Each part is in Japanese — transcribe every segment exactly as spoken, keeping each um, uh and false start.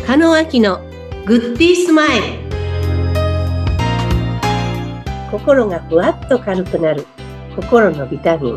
加納明のグッディースマイル。心がふわっと軽くなる心のビタミン。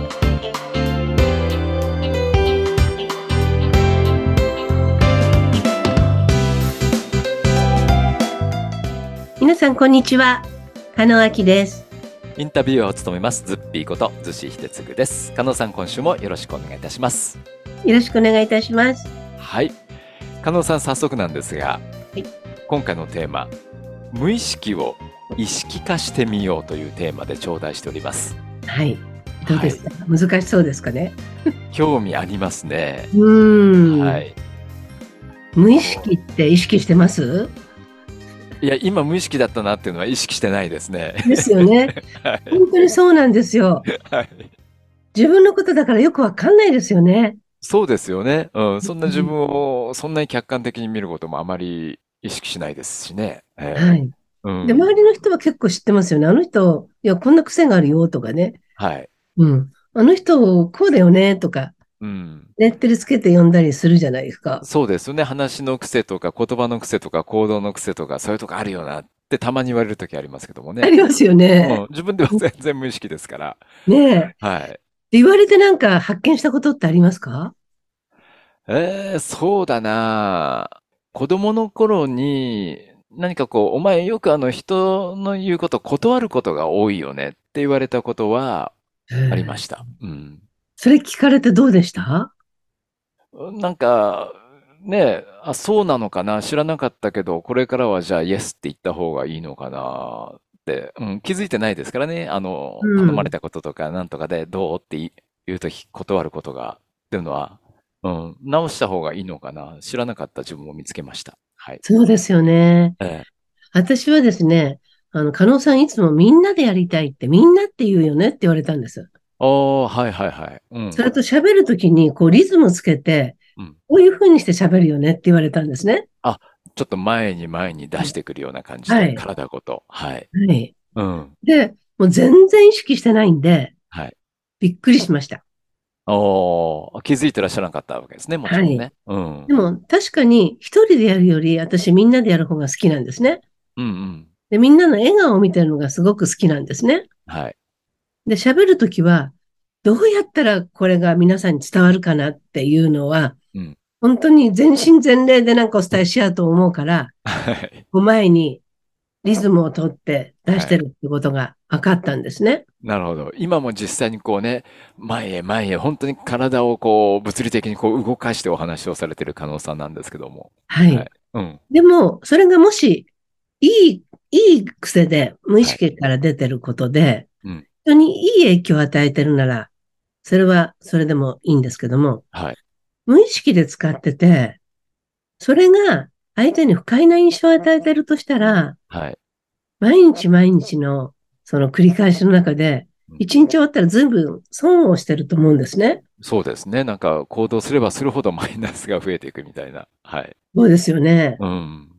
皆さんこんにちは、加納明です。 インタビュアーを務めますズッピーこと逗子秀次です。加納さん、今週もよろしくお願いいたします。 よろしくお願いいたします。 はい、加納さん、早速なんですが、はい、今回のテーマ、無意識を意識化してみようというテーマで頂戴しております。 はい、どうですか、はい、難しそうですかね。 興味ありますね。 うーん、はい、無意識って意識してます？ いや、今無意識だったなっていうのは意識してないですね。 ですよね。はい、本当にそうなんですよ。はい、自分のことだからよくわかんないですよね。 そうですよね。うん、そんな自分をそんなに客観的に見ることもあまり意識しないですしね。えー、 はい。うん、で、周りの人は結構知ってますよね。あの人、いや、こんな癖があるよとかね。 はい。 うん。あの人、こうだよねとか。 うん。 レッテルつけて呼んだりするじゃないですか。 そうですよね。話の癖とか言葉の癖とか行動の癖とかそういうとこあるよなってたまに言われるときありますけどもね。 ありますよね。 うん。自分では全然無意識ですから。 ねえ。 はい。 言われてなんか発見したことってありますか？ えー、そうだな。子供の頃に何かこう、お前よくあの人の言うこと断ることが多いよねって言われたことはありました。うん。 それ聞かれてどうでした？ なんか、ね、あ、そうなのかな、知らなかったけど、これからはじゃあイエスって言った方がいいのかなって、うん、気づいてないですからね。あの、 うん。 頼まれたこととかなんとかでどうって言言うとき断ることが、っていうのは、うん、直した方がいいのかな。知らなかった自分を見つけました。はい。 そうですよね。 ええ。 私はですね、あの、加納さんいつもみんなでやりたいって、みんなって言うよねって言われたんです。 おー、はいはいはい。うん。 それと喋るときに、こう、リズムつけて、 うん。 こういう風にして喋るよねって言われたんですね。 あ、ちょっと前に前に出してくるような感じで、 はい。 体ごと。はい。 はい。 うん。 で、もう全然意識してないんで、 はい。 びっくりしました。 おー、気づいてらっしゃらなかったわけですね、もちはい。 ろんね。うん。 でも、確かに、一人でやるより、私みんなでやる方が好きなんですね。 うんうん。 で、みんなの笑顔を見てるのがすごく好きなんですね。 はい。 で、喋るときは、どうやったらこれが皆さんに伝わるかなっていうのは、 うん。 本当に全身全霊でなんかお伝えしようと思うから、 はい。 こう前にリズムをとって出はい。 してるってことが分かったんですね。 なるほど。今も実際にこうね、前へ前へ、本当に体をこう、物理的にこう動かしてお話をされてる加納さんなんですけども。 はい。 はい。うん。 でも、それがもし、いい、いい癖で、無意はい。 識から出てることで、 うん。 人にいい影響を与えてるなら、それはそれでもいいんですけども、 はい。 無意識で使ってて、それが相手に不快な印象を与えてるとしたら、 はい。 毎日毎日のその繰り返しの中で、 うん。 一日終わったら随分損をしてると思うんですね。 そうですね。なんか行動すればするほどマイナスが増えていくみたいな。はい。 そうですよね。 うん。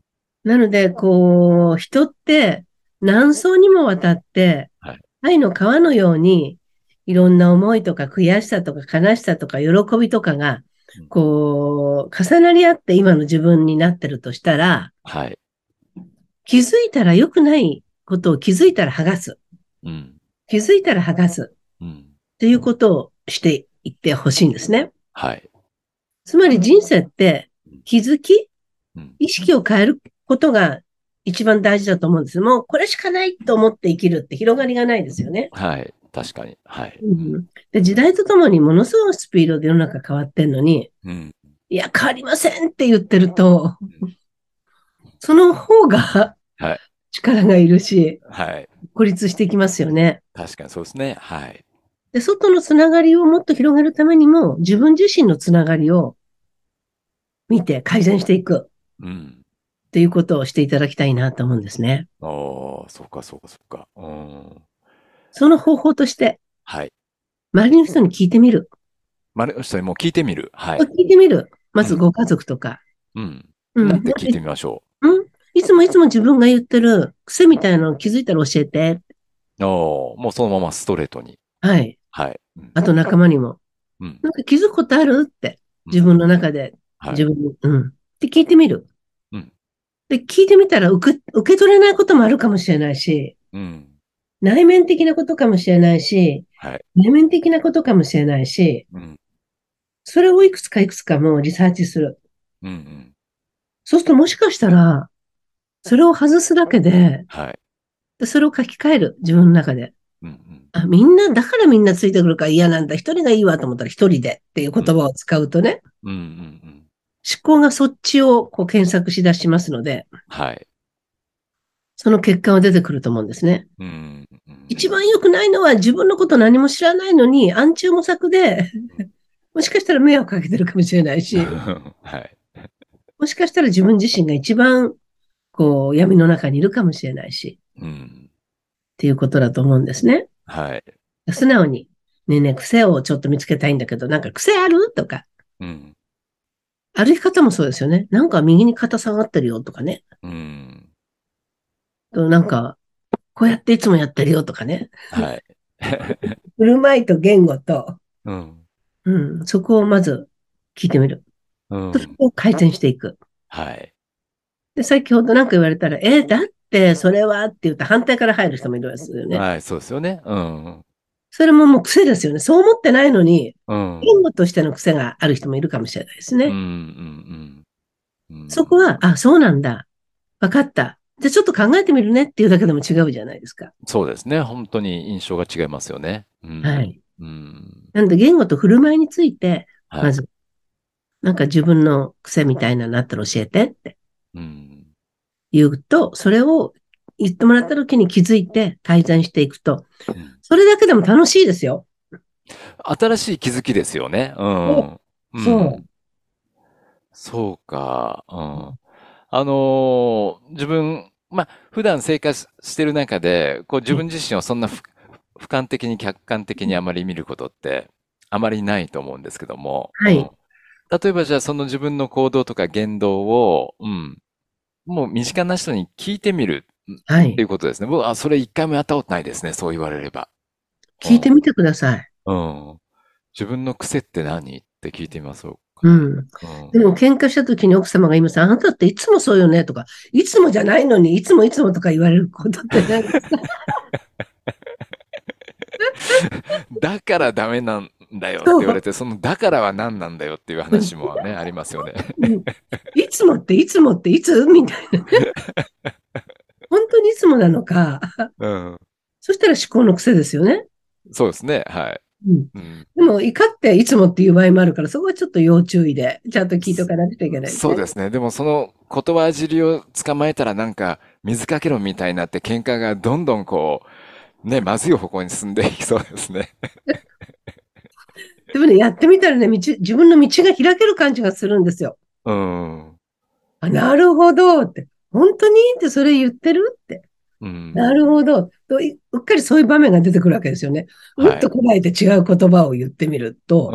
なので、こう、人って何層にもわたって、 はい。 愛の川のように、いろんな思いとか悔しさとか悲しさとか喜びとかが、 うん。 こう、重なり合って今の自分になってるとしたら、 はい。 気づいたら良くないことを気づいたら剥がす。 うん。 気づいたら剥がす。 うん。 っていうことをしていってほしいんですね。 はい。 つまり人生ってうん。 気づき、 うん。 意識を変えることが一番大事だと思うんです。もうこれしかないと思って生きるって広がりがないですよね。 はい。確かに。はい。うん。 うん、で時代とともにものすごいスピードで世の中変わってんのに、 うん。 いや、変わりませんって言ってると、 うん。 その方がはい。 力がいるし、 はい。 孤立していきますよね。 確かにそうですね。はい。 で、外のつながりをもっと広げるためにも、自分自身のつながりを見て改善していくうん。 っていうことをしていただきたいなと思うんですね。 ああ、そうか、そうか、そうか。うん。 その方法として、 はい。 周りの人に聞いてみる。 周りの人にもう聞いてみる。はい。 聞いてみる。まうん。 ずご家族とか。 うん。 うん。 なんて聞いてみましょうんいつもいつも自分が言ってる癖みたいなの気づいたら教えて。 う。おー、もうそのままストレートに。 はい。 はい。うん。 あと仲間にも。 うん。 なんか気づくことあるって。 うん。 自分の中で。 はい。 自分に。うん。って聞いてみる。 で、聞いてみたら受け、受け取れないこともあるかもしれないし、 うん。 内面的なことかもしれないし、 はい。 内面的なことかもしれないし、 うん。 それをいくつかいくつかもうリサーチする。 うん。うん。 そうするともしかしたら、それを外すだけで、 はい。 でそれを書き換える。自分の中で。 うん。 あ、みんな、だからみんなついてくるから嫌なんだ。一人がいいわと思ったら一人でっていううん。 言葉を使うとね、 うん。うん。うん。 思考がそっちをこう検索し出しますので、 はい。 その結果は出てくると思うんですね。 うん。うん。 一番良くないのは自分のこと何も知らないのに暗中模索で、もしかしたら迷惑かけてるかもしれないし、 はい。 もしかしたら自分自身が一番こう闇の中にいるかもしれないし、 うん。 っていうことだと思うんですね。 はい。 素直に、ねえねえ、癖をちょっと見つけたいんだけど、なんか癖あるとか、 うん。 歩き方もそうですよね。なんか右に肩下がってるよとかね。 うん。 なんか、こうやっていつもやってるよとかね。 はい。 振る舞いと言語と、 うん。 うん、そこをまず聞いてみる。それうん。 を改善していく。 はい。 で、先ほどなんか言われたら、えーだって、それはって言って反対から入る人もいるんですよね。 はい。そうですよね。うん。 それももう癖ですよね。そう思ってないのに、 うん。 言語としての癖がある人もいるかもしれないですうん。うね。 ん。うん。うん。 そこは、あ、そうなんだ。わかった。じゃあちょっと考えてみるねっていうだけでも違うじゃないですか。 そうですね。本当に印象が違いますよね。うん。 はい。 うん。 なので、言語と振る舞いについて、 はい。 まず、なんか自分の癖みたいなのあったら教えてってうん。 言うと、それを言ってもらった時に気づいて改善していくと、 うん。 それだけでも楽しいですよ。 新しい気づきですよね。うお、 ん。うそん。そうか。うん。あのー自分、まあ、普段生活してる中で、こうう。はい。 自分自身をそんなふ俯瞰的に客観的にあまり見ることってあまりないと思うんですけども、うん。 はい。 例えばじゃあその自分の行動とか言動を、うん、もう身近な人に聞いてみるっていはい。 うことですね。僕はそれ一回もやったことないですね。そう言われれば。うん。 聞いてみてください。 うん。自分の癖って何って聞いてみましょうかね。 うん。 うん。 でも喧嘩した時に奥様が言います。あなたっていつもそうよねとか、いつもじゃないのにいつもいつもとか言われることってないですか？ だからダメなんだよってそう。 言われて、そのだからは何なんだよっていう話もね、ありますよね。 うん、いつもっていつもっていつみたいな。本当にいつもなのか。 うん。 そしたら思考の癖ですよね。 そうですね。はい。 うん。 うん。 でも、怒っていつもっていう場合もあるから、そこはちょっと要注意で、ちゃんと聞いておかなくちゃいけないですね。 そうですね。でもその言葉尻を捕まえたらなんか水かけ論みたいになって喧嘩がどんどんこう、ね、まずい方向に進んでいきそうですね。 でもね、やってみたらね、道、自分の道が開ける感じがするんですよ。 うん。 あ、なるほどって。本当にってそれ言ってるって。 うん。 なるほど。と、いうっかりそういう場面が出てくるわけですよね。うんはい。 とこらえて違う言葉を言ってみると、 うん。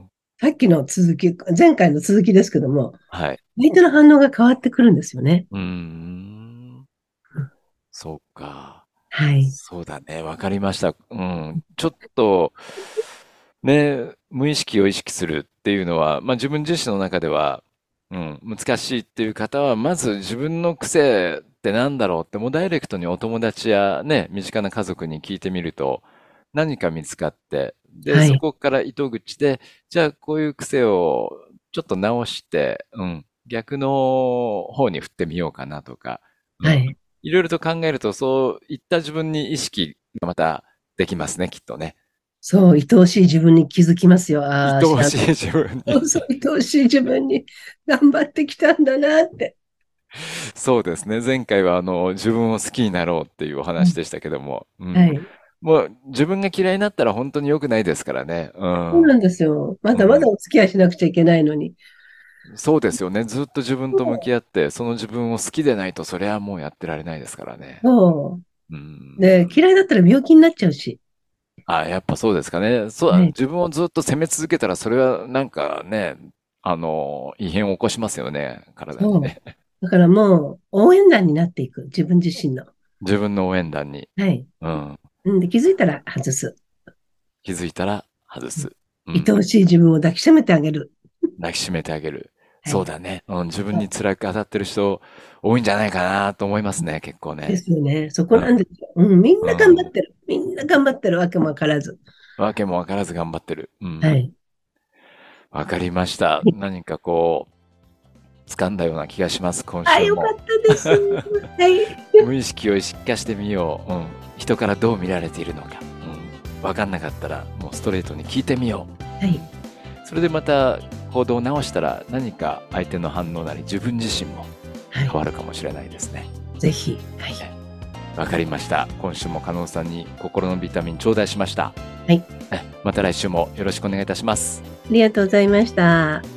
さっきの続き、前回の続きですけども、 はい。 相手の反応が変わってくるんですよね。 うーん。 うん、 そうか。 はい。 そうだね。わかりました。うん。ちょっと、ね、無意識を意識するっていうのは、まあ自分自身の中では、うん、難しいっていう方は、まず自分の癖ってなんだろうって、もうダイレクトにお友達やね、身近な家族に聞いてみると、何か見つかって、で、 はい。 そこから糸口で、じゃあこういう癖をちょっと直して、うん、逆の方に振ってみようかなとか、うん、 はい。 いろいろと考えると、そういった自分に意識がまたできますね、きっとね。 そう、愛おしい自分に気づきますよ。ああ、知らん。 愛おしい自分に。 そうそう、愛おしい自分に頑張ってきたんだなって。 そうですね。前回はあの、自分を好きになろうっていうおうん、 話でしたけども、うん。 はい。 もう自分が嫌いになったら本当に良くないですからね。うん。 そうなんですよ。まうん。 だまだお付き合いしなくちゃいけないのに。 そうですよね。ずっと自分と向そき合って、その自分を好きでないと、それはもうやってられないですからね。 う。そうう。で、 ん。 嫌いだったら病気になっちゃうし。 あ、やっぱそうですかね。そう、 はい。 自分をずっと責め続けたら、それはなんかね、あの、異変を起こしますよね。体にそう。 ね。 だからもう、応援団になっていく。自分自身の。 自分の応援団に。 はい。 うん。 うんで、気づいたら外す。 気づいたら外す。う愛おん。 しい自分を抱きしめてあげる。 抱きしめてあげる。 はい。 そうだね。うん、自分に辛く当たってる人多いんじゃないかなと思いますね、結構でね。 すよね。そこうん。 なんですよ。うん、みんな頑張うん。 ってる。みんな頑張ってるわけもわからず。 わけもわからず頑張ってる。うん。 はい。 わかりました。何かこう、掴んだような気がします、今あ、 週も。 よかったです。はい。 無意識を意識化してみよう。うん。人からどう見られているのか。うん。わかんなかったら、もうストレートに聞いてみよう。 はい。 それでまた行動を直したら何か相手の反応なり自分自身もはい。 変わるかもしれないですね。 ぜひ。はい。 わかりました。今週も加納さんに心のビタミン頂戴しました。 はい。 えまた来週もよろしくお願いいたします。 ありがとうございました。